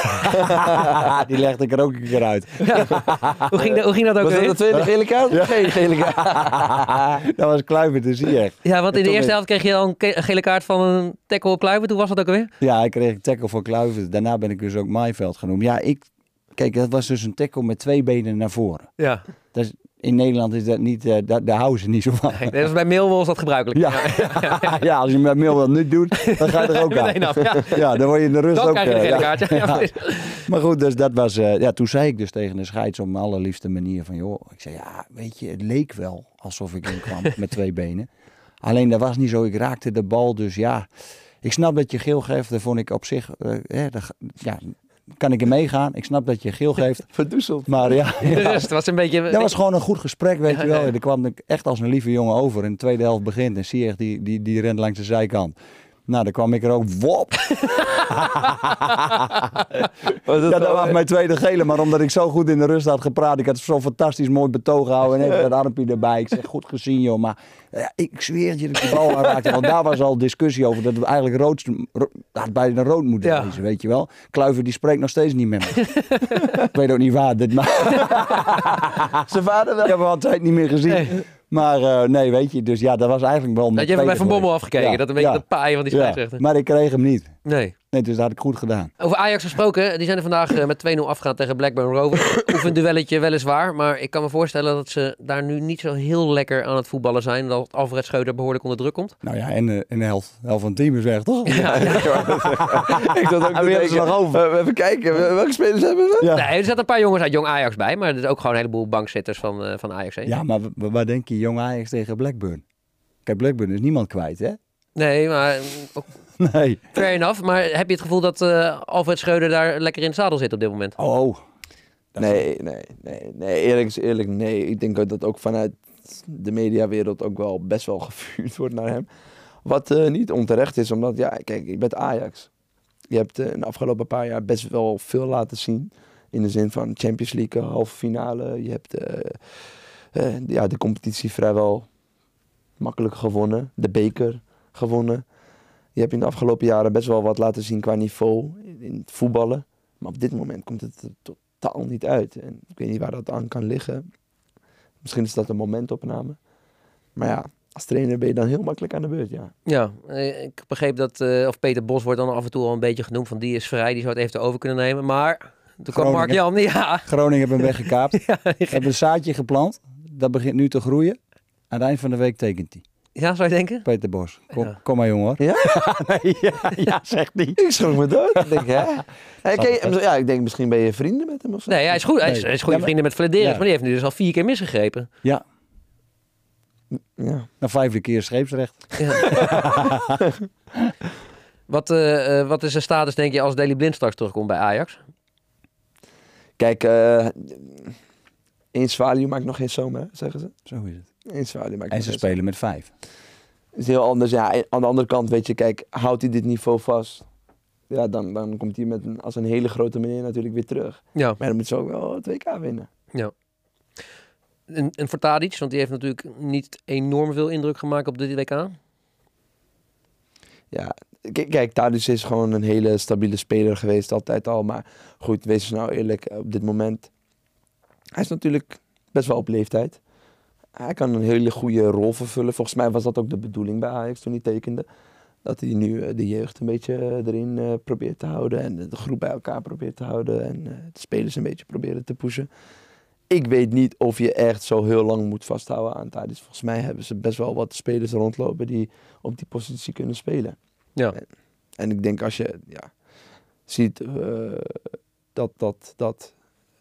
Die legde ik er ook een keer uit. Ja. hoe, ging dat, hoe ging dat ook Was dat weer? de tweede gele kaart? Ja. Geen gele kaart. dat was Kluivert en Ziyech. Ja, want in de Toch eerste niet. helft kreeg je al een ke- gele kaart van een tackle op Kluivert. Hoe was dat ook alweer? Ja, ik kreeg een tackle voor Kluivert. Daarna ben ik dus ook Maaiveld genoemd. Ja, ik... Kijk, dat was dus een tackle met twee benen naar voren. Ja. Dat is, in Nederland is dat niet... Uh, daar, daar houden ze niet zo van. Nee, dat is bij Millwall is dat gebruikelijk. Ja. ja, als je met Mil dat niet doet, dan ga je er ook aan. Meteen af, ja. Ja, dan word je in de rust Dan ook... krijg je een uh, gele ja. kaart. Ja, ja, precies. Maar goed, dus dat was... Uh, ja, toen zei ik dus tegen de scheids op mijn allerliefste manier van... joh, ik zei, ja, weet je, het leek wel alsof ik inkwam met twee benen. Alleen dat was niet zo. Ik raakte de bal, dus ja... Ik snap dat je geel geeft, dat vond ik op zich... Uh, hè, dat, ja, kan ik er meegaan. Ik snap dat je geel geeft. Verdoezeld. Maar ja... De ja. rust was een beetje... Dat was gewoon een goed gesprek, weet Ja, je wel. ja, ja. En er kwam ik echt als een lieve jongen over. In de tweede helft begint en Ziyech die, die, die rent langs de zijkant. Nou, dan kwam ik er ook, wop. Was Ja, dat was mijn tweede gele, maar omdat ik zo goed in de rust had gepraat, ik had zo'n fantastisch mooi betoog gehouden en even dat armpje erbij. Ik zeg, goed gezien joh, maar ja, ik zweer het je dat ik de bal aanraakte, want daar was al discussie over dat het eigenlijk rood, ro, had bijna rood moeten Ja. wezen, weet je wel. Kluivert die spreekt nog steeds niet met me. Ik weet ook niet waar dit, maar Zijn vader wel. ik heb hem al een tijd niet meer gezien. Nee. Maar uh, nee, weet je, dus ja, dat was eigenlijk wel... Dat je even bij Van Bommel afgekeken. Ja, Dat een beetje ja. dat paaien van die Ja, scheidsrechter. maar ik kreeg hem niet. Nee. Nee, dus dat had ik goed gedaan. Over Ajax gesproken, die zijn er vandaag uh, met twee nul afgegaan tegen Blackburn Rovers. Oefenduelletje weliswaar, maar ik kan me voorstellen dat ze daar nu niet zo heel lekker aan het voetballen zijn. Dat Alfred Schreuder behoorlijk onder druk komt. Nou ja, en, uh, en de helft, de helft van het team is weg, toch? Ja, ja. Ik zat ook En wie hebben ze nog over? Uh, even kijken, welke spelers hebben we? Ja. Nee, er zaten een paar jongens uit Jong Ajax bij, maar er is ook gewoon een heleboel bankzitters van, uh, van Ajax heen. Ja, maar w- waar denk je, Jong Ajax tegen Blackburn? Kijk, Blackburn is niemand kwijt, hè? Nee, maar ook Nee. fair enough. Maar heb je het gevoel dat uh, Alfred Schreuder daar lekker in het zadel zit op dit moment? Oh, oh. Dat is- Nee, nee, nee, nee. Eerlijk is eerlijk, nee. Ik denk dat ook vanuit de mediawereld ook wel best wel gevuurd wordt naar hem. Wat uh, niet onterecht is, omdat, ja, kijk, ik ben Ajax. Je hebt uh, in de afgelopen paar jaar best wel veel laten zien. In de zin van Champions League, halve finale. Je hebt uh, uh, ja, de competitie vrijwel makkelijk gewonnen. De beker gewonnen. Je hebt in de afgelopen jaren best wel wat laten zien qua niveau in, in het voetballen. Maar op dit moment komt het er totaal niet uit. En ik weet niet waar dat aan kan liggen. Misschien is dat een momentopname. Maar ja, als trainer ben je dan heel makkelijk aan de beurt, ja. Ja, eh, ik begreep dat, uh, of Peter Bos wordt dan af en toe al een beetje genoemd van die is vrij, die zou het even over kunnen nemen. Maar toen kwam Mark Jan, ja. Groningen hebben hem weggekaapt. Ja, Hebben een zaadje geplant. Dat begint nu te groeien. Aan het eind van de week tekent hij. Ja, zou je denken? Peter Bos. Kom, Ja. kom maar, jongen. Hoor. Ja? nee, ja, ja, zeg niet. Ik schrok me dood. Ik denk, hè? Hey, ken je- ja, ik denk misschien ben je vrienden met hem of zo. Nee, hij is goed. Hij is, Nee. hij is goede Ja, maar- vrienden met Flederis, Ja. maar die heeft nu dus al vier keer misgegrepen. Ja, Ja. na vijfde keer scheepsrecht. Ja. wat, uh, uh, wat is de status, denk je, als Daley Blind straks terugkomt bij Ajax? Kijk, uh, één zwaluw maakt nog geen zomer, hè, zeggen ze. Zo is het. Eén zwaluw maakt En nog ze geen spelen met vijf. is heel anders. Ja, aan de andere kant, weet je, kijk, houdt hij dit niveau vast? Ja, dan, dan komt hij met een, als een hele grote meneer natuurlijk weer terug. Ja. Maar dan moet ze ook wel het W K winnen. En, en voor Tadic, want die heeft natuurlijk niet enorm veel indruk gemaakt op dit W K. Ja, k- kijk, Tadic is gewoon een hele stabiele speler geweest, altijd al. Maar goed, wees eens nou eerlijk, op dit moment... Hij is natuurlijk best wel op leeftijd. Hij kan een hele goede rol vervullen. Volgens mij was dat ook de bedoeling bij Ajax toen hij tekende. Dat hij nu uh, de jeugd een beetje uh, erin uh, probeert te houden. En de groep bij elkaar probeert te houden. En uh, de spelers een beetje proberen te pushen. Ik weet niet of je echt zo heel lang moet vasthouden aan Tadic. Volgens mij hebben ze best wel wat spelers rondlopen die op die positie kunnen spelen. Ja. En, en ik denk als je ja, ziet uh, dat, dat, dat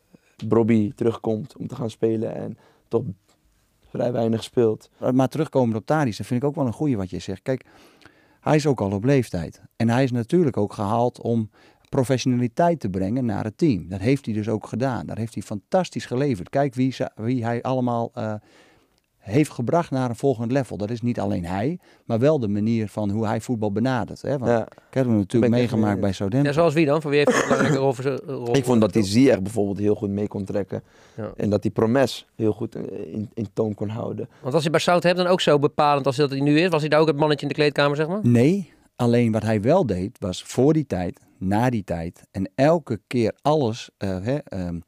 Brobby terugkomt om te gaan spelen en toch vrij weinig speelt. Maar terugkomen op Tadic, dat vind ik ook wel een goeie wat je zegt. Kijk, hij is ook al op leeftijd. En hij is natuurlijk ook gehaald om professionaliteit te brengen naar het team. Dat heeft hij dus ook gedaan. Daar heeft hij fantastisch geleverd. Kijk wie, ze, wie hij allemaal uh, heeft gebracht naar een volgend level. Dat is niet alleen hij, maar wel de manier van hoe hij voetbal benadert. Hè? Want Ja. ik heb hem natuurlijk Ben ik echt meegemaakt mee bij Southampton. Ja, zoals wie dan? Voor wie heeft een belangrijke rol voor zijn rol? Ik vond dat hij Ziyech bijvoorbeeld heel goed mee kon trekken. Ja. En dat hij Promes heel goed in, in toom kon houden. Want was hij bij Southampton ook zo bepalend als dat hij nu is? Was hij daar ook het mannetje in de kleedkamer, zeg maar? Nee, alleen wat hij wel deed was voor die tijd, na die tijd en elke keer alles uh, hè, um,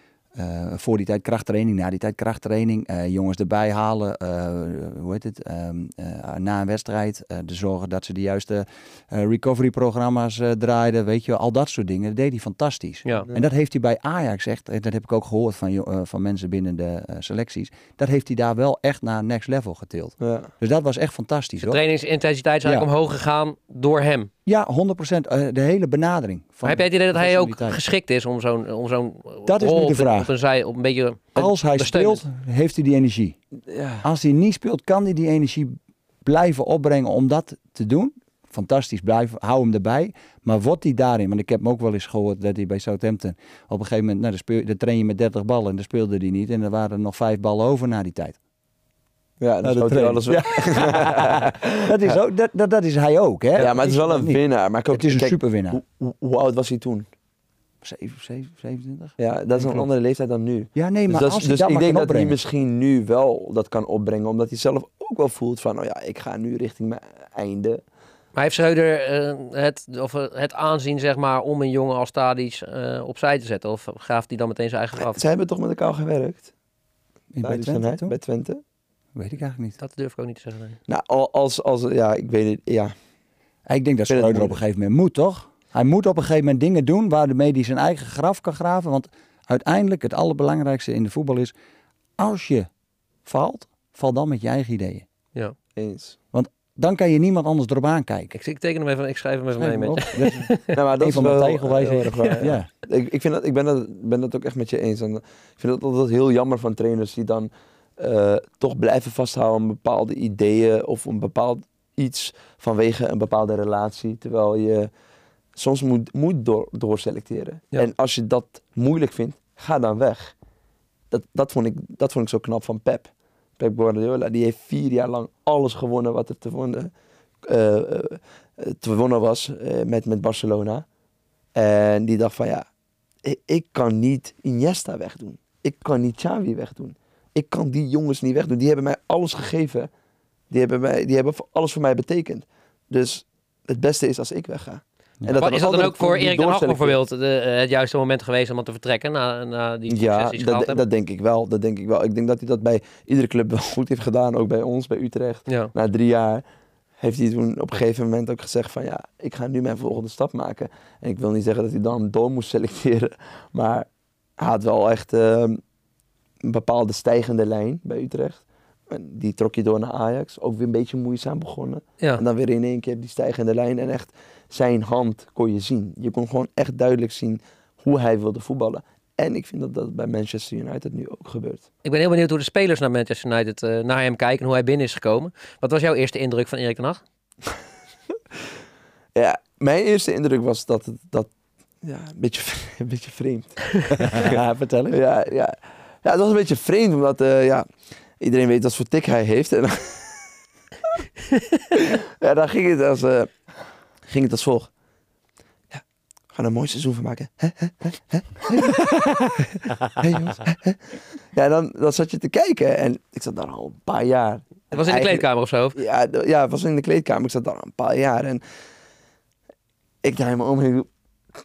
uh, voor die tijd krachttraining, na die tijd krachttraining, uh, jongens erbij halen, uh, hoe heet het, um, uh, na een wedstrijd, uh, de zorgen dat ze de juiste uh, recovery programma's uh, draaiden, weet je, al dat soort dingen, dat deed hij fantastisch. Ja. En dat heeft hij bij Ajax echt, dat heb ik ook gehoord van, uh, van mensen binnen de uh, selecties, dat heeft hij daar wel echt naar next level getild. Ja. Dus dat was echt fantastisch, De hoor. trainingsintensiteit is eigenlijk Ja. omhoog gegaan door hem. Ja, honderd procent. Uh, de hele benadering. Van Maar heb jij het idee dat hij ook professionaliteit. geschikt is om zo'n om zo'n Dat is rol nu de op vraag. Op een, zij, op een beetje Als hij ondersteunend? speelt, heeft hij die energie. Ja. Als hij niet speelt, kan hij die energie blijven opbrengen om dat te doen. Fantastisch, blijf, hou hem erbij. Maar wordt hij daarin, want ik heb hem ook wel eens gehoord dat hij bij Southampton op een gegeven moment, nou, dan, speel, dan train je met dertig ballen en dan speelde hij niet. En er waren er nog vijf ballen over na die tijd. Ja, dan Nou, schoot de hij alles weg. Ja. dat, is ook, dat, dat, dat is hij ook, hè? Ja, maar het is wel een niet. winnaar. Maar Het is een kijk, superwinnaar. Hoe, hoe, hoe oud was hij toen? zeven, zeven, zevenentwintig? Ja, dat is een Klopt. andere leeftijd dan nu. Ja, nee, Dus, maar dat is- als hij dus dat ik maar denk kan dat hij opbrengen. misschien nu wel dat kan opbrengen. Omdat hij zelf ook wel voelt van, nou ja, ik ga nu richting mijn einde. Maar heeft Schreuder eh, het, of, eh, het aanzien zeg maar, om een jongen als Tadic eh, opzij te zetten? Of graaft hij dan meteen zijn eigen graf? Zij hebben toch met elkaar gewerkt? In- bij Tadic en Twente, hij, toch? Bij Twente? Weet ik eigenlijk niet. Dat durf ik ook niet te zeggen. Nee. Nou, al- als, als, ja, ik weet het, ja. Ik denk dat Ik vind het Schreuder op een moeilijk. gegeven moment moet, toch? Hij moet op een gegeven moment dingen doen waarmee hij zijn eigen graf kan graven. Want uiteindelijk het allerbelangrijkste in de voetbal is, als je valt, val dan met je eigen ideeën. Ja. Eens. Dan kan je niemand anders erop aankijken. Ik, ik teken hem even, ik schrijf hem even mee met je. Schrijf hem op. Dat is Nou, maar dat een is van mijn wel tegelwijzen. heel erg waar, ja. Ja. Ik, ik, vind dat, ik ben, dat, ben dat ook echt met je eens. En ik vind het altijd heel jammer van trainers die dan eh, toch blijven vasthouden aan bepaalde ideeën of een bepaald iets vanwege een bepaalde relatie. Terwijl je soms moet, moet door, doorselecteren. Ja. En als je dat moeilijk vindt, ga dan weg. Dat, dat, vond ik, dat vond ik zo knap van Pep. Pep Guardiola, die heeft vier jaar lang alles gewonnen wat er te wonnen, eh, eh, te wonnen was eh, met, met Barcelona. En die dacht van ja, ik, ik kan niet Iniesta wegdoen. Ik kan niet Xavi wegdoen. Ik kan die jongens niet wegdoen. Die hebben mij alles gegeven. Die hebben, mij, die hebben alles voor mij betekend. Dus het beste is als ik wegga. En Wat, is dat dan altijd ook voor die Erik ten Hag doorselecteren. bijvoorbeeld de, eh, het juiste moment geweest om te vertrekken na, na die Ja, succes die ze gehaald dat, hebben? dat denk ik wel. Dat denk ik wel. Ik denk dat hij dat bij iedere club wel goed heeft gedaan. Ook bij ons, bij Utrecht. Ja. Na drie jaar heeft hij toen op een gegeven moment ook gezegd van ja, ik ga nu mijn volgende stap maken. En ik wil niet zeggen dat hij dan door moest selecteren. Maar hij had wel echt eh, een bepaalde stijgende lijn bij Utrecht. En die trok je door naar Ajax. Ook weer een beetje moeizaam begonnen. Ja. En dan weer in één keer die stijgende lijn. En echt zijn hand kon je zien. Je kon gewoon echt duidelijk zien hoe hij wilde voetballen. En ik vind dat dat bij Manchester United nu ook gebeurt. Ik ben heel benieuwd hoe de spelers naar Manchester United eh, naar hem kijken en hoe hij binnen is gekomen. Wat was jouw eerste indruk van Erik ten Hag? Ja, mijn eerste indruk was dat het dat, ja, een, beetje, een beetje vreemd. Ja, vertel eens. Ja, ja. ja, het was een beetje vreemd, omdat uh, ja, iedereen weet wat voor tik hij heeft. En ja, dan ging het als, uh, ging het als volgt. Ja, we gaan er een mooi seizoen van maken. Hè, hè, hè, hè? Hey, jongens. Hè, hè? Ja, dan, dan zat je te kijken en ik zat daar al een paar jaar. Het was in de Eigenlijk- kleedkamer of zo? Ja, d- ja, het was in de kleedkamer. Ik zat daar al een paar jaar en ik draai me om en ik doe...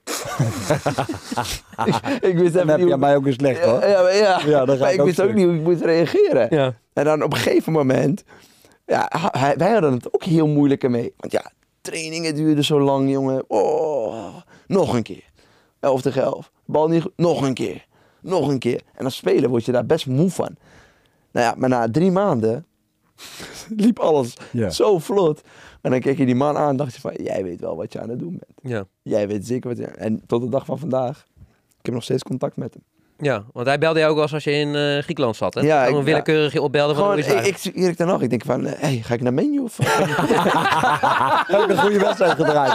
ik wist Dan even heb niet je hoe... mij ook eens slecht, hoor. Ja, ja, maar ja. Ja, dan ga maar ik ik ook wist ook stuk. niet hoe ik moest reageren. Ja. En dan op een gegeven moment, ja, hij- wij hadden het ook heel moeilijk ermee. Want ja, trainingen duurden zo lang, jongen. Oh, nog een keer. elf tegen elf. Bal niet goed. Nog een keer. Nog een keer. En als speler word je daar best moe van. Nou ja, maar na drie maanden liep alles Ja. zo vlot. En dan keek je die man aan en dacht je van, jij weet wel wat je aan het doen bent. Ja. Jij weet zeker wat je... En tot de dag van vandaag, ik heb nog steeds contact met hem. Ja, want hij belde jou ook als als je in eh, Griekenland zat, hè? Ja, Gewoon ik- willekeurig je opbelde van Gewoon, hoe is het ik, ik zie Erik ten Hag, ik denk van, hé, hey, ga ik naar menu of... Ook een goede wedstrijd gedraaid.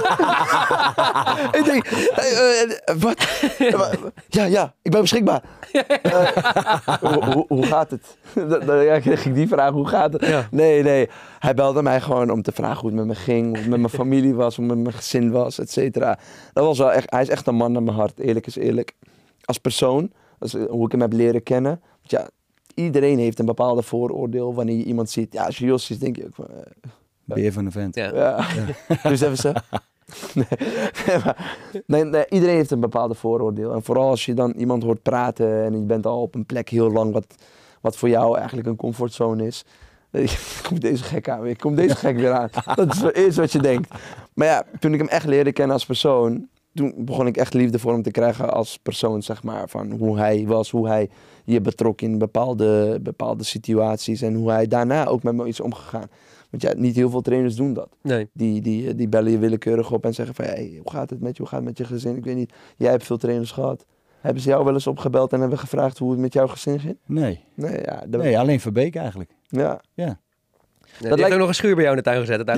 ik denk, hey, eh, wat? Ja, ja, ik ben beschikbaar. Eh, hoe, hoe, hoe gaat het? Dan dan- ja, kreeg ik die vraag, hoe gaat het? Ja. Nee, nee. Hij belde mij gewoon om te vragen hoe het met me ging, hoe het met mijn familie was, hoe het met mijn gezin was, et cetera. Dat was wel echt, hij is echt een man naar mijn hart, eerlijk is eerlijk. Als persoon, als, hoe ik hem heb leren kennen. Want ja, iedereen heeft een bepaalde vooroordeel wanneer je iemand ziet. Ja, als je Jos ziet, denk je ook van... eh, Beer van de vent. Ja. ja, dus even zo. Nee, nee, maar, nee, nee, iedereen heeft een bepaalde vooroordeel. En vooral als je dan iemand hoort praten en je bent al op een plek heel lang wat, wat voor jou eigenlijk een comfortzone is. Komt deze gek aan weer, komt deze gek weer aan. Dat is het eerste wat je denkt. Maar ja, toen ik hem echt leerde kennen als persoon, toen begon ik echt liefde voor hem te krijgen als persoon, zeg maar. Van hoe hij was, hoe hij je betrok in bepaalde, bepaalde situaties en hoe hij daarna ook met me is omgegaan. Want ja, niet heel veel trainers doen dat. Nee. Die, die, die bellen je willekeurig op en zeggen van, hey, hoe gaat het met je, hoe gaat het met je gezin? Ik weet niet, jij hebt veel trainers gehad. Hebben ze jou wel eens opgebeld en hebben gevraagd hoe het met jouw gezin ging? Nee. Nee, ja. Dat, nee, alleen Verbeek eigenlijk. ja. Ja. Ja, die heeft ook nog een schuur bij jou in de tuin gezet.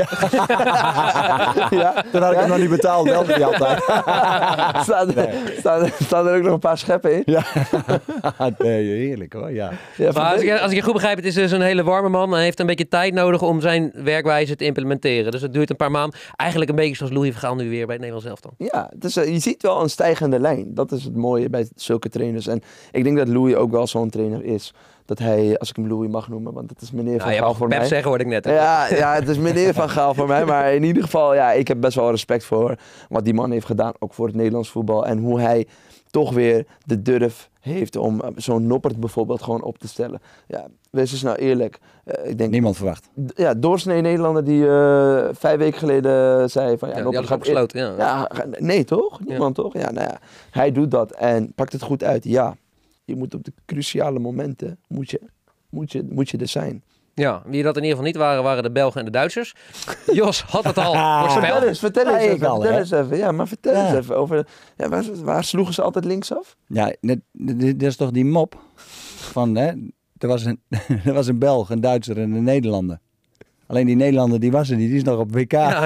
Ja, Toen had ik ja? hem nog niet betaald, belde hij altijd. Staan, Nee. staan, staan er ook nog een paar scheppen in? Ja, nee, heerlijk hoor, ja. Ja, Maar als ik, als ik je goed begrijp, het is dus een hele warme man. Hij heeft een beetje tijd nodig om zijn werkwijze te implementeren. Dus het duurt een paar maanden. Eigenlijk een beetje zoals Louis van Gaal nu weer bij het Nederlands elftal. Ja, dus, uh, je ziet wel een stijgende lijn. Dat is het mooie bij zulke trainers. En ik denk dat Louis ook wel zo'n trainer is. Dat hij, als ik hem Louis mag noemen, want het is meneer Nou, Van je Gaal mag voor Pep mij. zeggen, hoorde ik net. Hè? Ja, ja, het is meneer Van Gaal voor mij. Maar in ieder geval, ja, ik heb best wel respect voor wat die man heeft gedaan. Ook voor het Nederlands voetbal. En hoe hij toch weer de durf heeft om zo'n Noppert bijvoorbeeld gewoon op te stellen. Ja, wees eens nou eerlijk. Uh, ik denk, Niemand verwacht. d- ja, doorsnee Nederlander die uh, vijf weken geleden zei van... Ja, Ja, die Noppert hadden ze gaat opgesloten. Ja. Ja, ga- nee toch? Niemand toch? Ja, nou ja, hij doet dat en pakt het goed uit. Ja, je moet op de cruciale momenten, moet je, moet je, moet je er zijn. Ja, wie dat in ieder geval niet waren, waren de Belgen en de Duitsers. Jos had het al Vertel voorspeld. eens, vertel eens Ja, ik even, al, vertel hè? eens even. Ja, maar vertel Ja. eens even over, ja, waar, waar sloegen ze altijd linksaf? Ja, dit, dit, dit is toch die mop van, hè, er was, een, er was een Belg, een Duitser en een Nederlander. Alleen die Nederlander, die was er niet, die is nog op W K. Ja,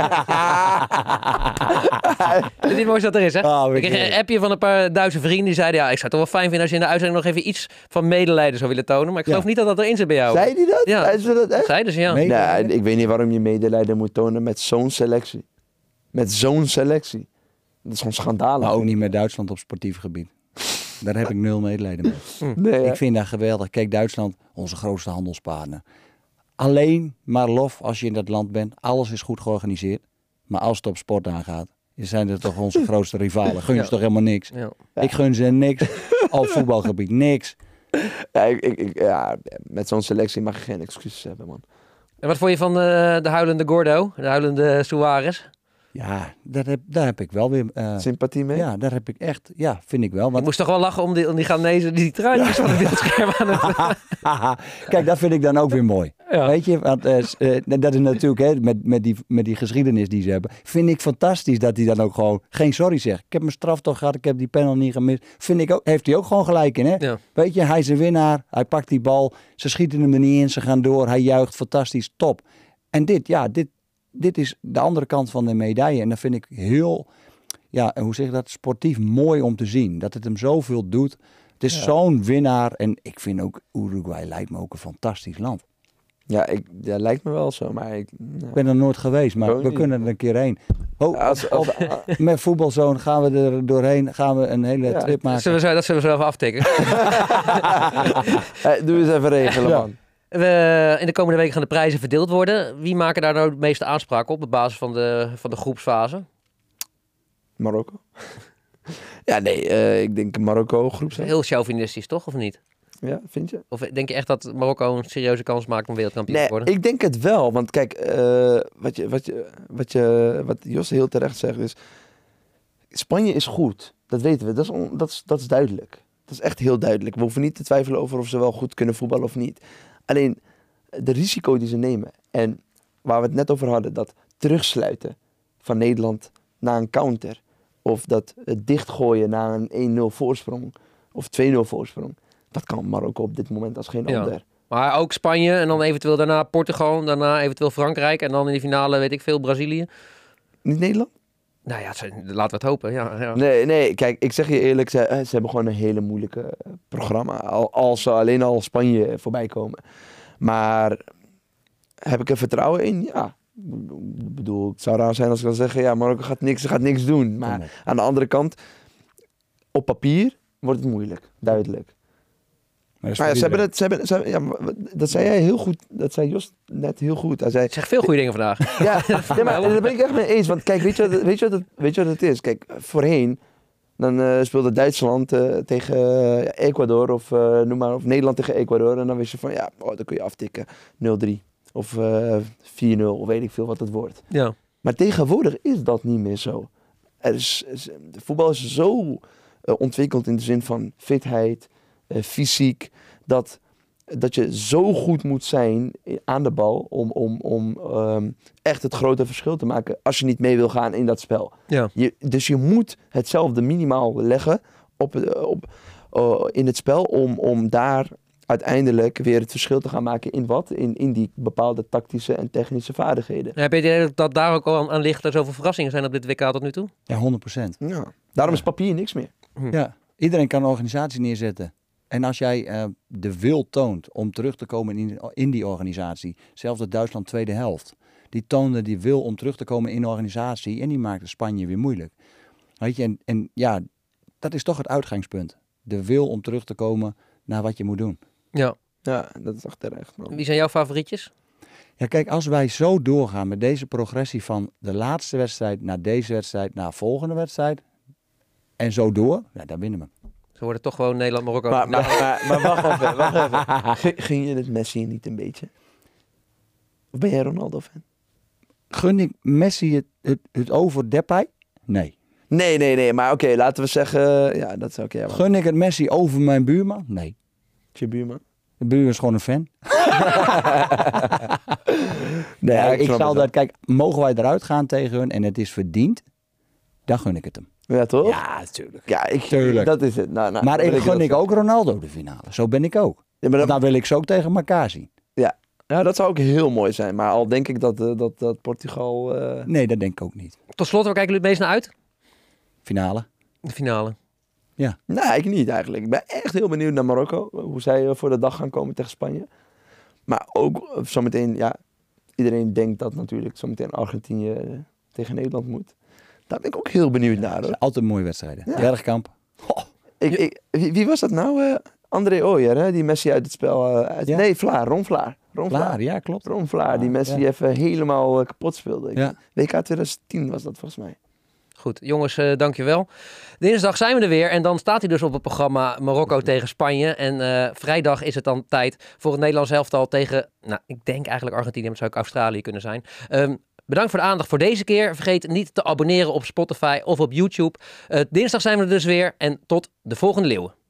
Dit is het mooiste dat er is, hè? Oh, ik kreeg een appje van een paar Duitse vrienden. Die zeiden, ja, ik zou het toch wel fijn vinden als je in de uitzending nog even iets van medelijden zou willen tonen. Maar ik geloof Ja. niet dat dat erin zit bij jou. Zei die dat? Ja. Zeiden ze dat echt? Zeiden ze, ja. Nee. Nee, ik weet niet waarom je medelijden moet tonen met zo'n selectie. Met zo'n selectie. Dat is gewoon schandalig. Maar ook niet met Duitsland op sportief gebied. Daar heb ik nul medelijden mee. Nee, hè? Ik vind dat geweldig. Kijk, Duitsland, onze grootste handelspartner. Alleen maar lof als je in dat land bent. Alles is goed georganiseerd. Maar als het op sport aangaat, zijn het toch onze grootste rivalen. Gun je Ja. ze toch helemaal niks. Ja. Ik gun ze niks. Op voetbalgebied niks. Ja, ik, ik, ik- ja, met zo'n selectie mag je geen excuses hebben, man. En wat vond je van uh, de huilende Gordo? De huilende Suarez? Ja, daar heb, daar heb ik wel weer... Uh, Sympathie mee? ja, daar heb ik echt... Ja, vind ik wel. Ik Want, moest toch wel lachen om die, om die Ghanese die trui ja. van het beeldscherm aan het... kijk, dat vind ik dan ook weer mooi. Ja. Weet je, want uh, uh, dat is natuurlijk hè, met, met, die, met die geschiedenis die ze hebben. Vind ik fantastisch dat hij dan ook gewoon geen sorry zegt. Ik heb mijn straf toch gehad, ik heb die panel niet gemist. Vind ik ook, heeft hij ook gewoon gelijk in. Hè? Ja. Weet je, hij is een winnaar, hij pakt die bal, ze schieten hem er niet in, ze gaan door, hij juicht, fantastisch, top. En dit, ja, dit, dit is de andere kant van de medaille. En dat vind ik heel, ja, hoe zeg je dat, sportief mooi om te zien. Dat het hem zoveel doet. Het is ja. zo'n winnaar. En ik vind ook, Uruguay lijkt me ook een fantastisch land. Ja, ik, ja, lijkt me wel zo, maar ik... Ja. Ik ben er nooit geweest, maar Ook we niet. kunnen er een keer heen. Oh, Ja, als- als- of, met voetbalzoon gaan we er doorheen, gaan we een hele Ja. trip maken. Zullen we, zo- dat zullen we zo even aftikken. Hey, doe eens even regelen, Ja. man. We, in de komende weken gaan de prijzen verdeeld worden. Wie maken daar nou de meeste aanspraak op, op basis van de, van de groepsfase? Marokko? Ja, nee, eh, ik denk Marokko groep zijn. Heel chauvinistisch, toch? Of niet? Ja, vind je? Of denk je echt dat Marokko een serieuze kans maakt om wereldkampioen Nee, te worden? ik denk het wel. Want kijk, eh, wat, je, wat, je, wat, je, wat Jos heel terecht zegt is... Spanje is goed. Dat weten we. Dat is, on- dat, is, dat is duidelijk. Dat is echt heel duidelijk. We hoeven niet te twijfelen over of ze wel goed kunnen voetballen of niet. Alleen, de risico die ze nemen. En waar we het net over hadden. Dat terugsluiten van Nederland na een counter. Of dat het dichtgooien na een één nul voorsprong. Of twee nul voorsprong. Dat kan Marokko op dit moment als geen Ja. ander. Maar ook Spanje en dan eventueel daarna Portugal. En daarna eventueel Frankrijk. En dan in de finale, weet ik veel, Brazilië. Niet Nederland? Nou ja, het zijn- laten we het hopen. Ja, ja. Nee, nee, kijk, ik zeg je eerlijk, ze, eh, ze hebben gewoon een hele moeilijke eh, programma. Al, als ze alleen al Spanje voorbij komen. Maar heb ik er vertrouwen in? Ja. Ik bedoel, het zou raar zijn als ik dan zeg, ja, Marokko gaat niks, ze gaat niks doen. Maar Kom op. aan de andere kant, op papier wordt het moeilijk, duidelijk. Maar dat is Maar ja, voor ze hebben iedereen. het, ze hebben, ze hebben- ja, maar dat zei jij heel goed, dat zei Jos net heel goed. Hij zei, Ik zeg veel goede dingen vandaag. ja, nee, maar daar ben ik echt mee eens. Want kijk, weet je wat, het- weet je wat, het, weet je wat het is? Kijk, voorheen, dan eh, speelde Duitsland eh, tegen eh, Ecuador of eh, noem maar, of Nederland tegen Ecuador. En dan wist je van, ja, oh, dan kun je aftikken. nul drie of eh, vier nul, of weet ik veel wat het wordt. Ja. Maar tegenwoordig is dat niet meer zo. Er is, is- de voetbal is zo eh, ontwikkeld in de zin van fitheid, eh, fysiek, dat, dat je zo goed moet zijn i- aan de bal om, om, om ehm, echt het grote verschil te maken als je niet mee wil gaan in dat spel. Ja. Je, dus je moet hetzelfde minimaal leggen op, het- op, eh, in het spel om, om daar uiteindelijk weer het verschil te gaan maken in wat? In, in die bepaalde tactische en technische vaardigheden. Heb je het idee dat daar ook al aan, aan ligt, er zoveel verrassingen zijn op dit W K tot nu toe? Ja, honderd procent. Ja. Daarom is papier niks meer. Ja, iedereen kan een organisatie neerzetten. En als jij uh, de wil toont om terug te komen in, in die organisatie, zelfs de Duitsland tweede helft, die toonde die wil om terug te komen in de organisatie en die maakte Spanje weer moeilijk. Weet je, en, en ja, dat is toch het uitgangspunt. De wil om terug te komen naar wat je moet doen. Ja. Ja, dat is echt terecht, man. Wie zijn jouw favorietjes? Ja, kijk, als wij zo doorgaan met deze progressie van de laatste wedstrijd naar deze wedstrijd, naar volgende wedstrijd en zo door, ja, dan winnen we. Ze worden toch gewoon Nederland-Marokko. Maar, maar, maar, maar wacht even, wacht even. G- ging je het Messi niet een beetje? Of ben jij Ronaldo-fan? Gun ik Messi het, het, het over Depay? Nee. Nee, nee, nee. Maar oké, okay, laten we zeggen... Ja, dat zou ik... Ja, Gun ik het Messi over mijn buurman? Nee. Is je buurman? De buurman is gewoon een fan. nee, ja, ik, ik snap zal het dat... Kijk, mogen wij eruit gaan tegen hun en het is verdiend, dan gun ik het hem. Ja, toch? Ja, natuurlijk. Ja, ik, Tuurlijk. dat is het. Nou, nou, maar ik gun dat ik ook Ronaldo de finale. Zo ben ik ook. Ja, maar dat, Dan wil ik ze ook tegen elkaar zien. ja. ja, dat zou ook heel mooi zijn. Maar al denk ik dat, uh, dat, dat Portugal... Uh... Nee, dat denk ik ook niet. Tot slot, waar kijken jullie het meest naar uit? Finale. De finale. Ja. Nee, ik niet eigenlijk. Ik ben echt heel benieuwd naar Marokko. Hoe zij uh, voor de dag gaan komen tegen Spanje. Maar ook uh, zometeen, ja... Iedereen denkt dat natuurlijk zometeen Argentinië uh, tegen Nederland moet. Daar ben ik ook heel benieuwd naar, hoor. Altijd mooie wedstrijden. Ja. Bergkamp. Oh, ik, ik, wie, wie was dat nou? Uh, André Ooyer, hè? Die Messi uit het spel... Uh, uit, Ja. Nee, Vlaar. Ron Vlaar. Ron Klaar, Vlaar. ja, klopt. Ron Vlaar, die Ja, Messi ja. even helemaal uh, kapot speelde. Ja. W K twintig tien was dat volgens mij. Goed, jongens, uh, dankjewel. Dinsdag zijn we er weer en dan staat hij dus op het programma Marokko tegen Spanje. En uh, vrijdag is het dan tijd voor het Nederlands elftal tegen, nou, ik denk eigenlijk Argentinië, maar het zou ook Australië kunnen zijn. Um, bedankt voor de aandacht voor deze keer. Vergeet niet te abonneren op Spotify of op YouTube. Uh, dinsdag zijn we er dus weer en tot de volgende Leeuwen.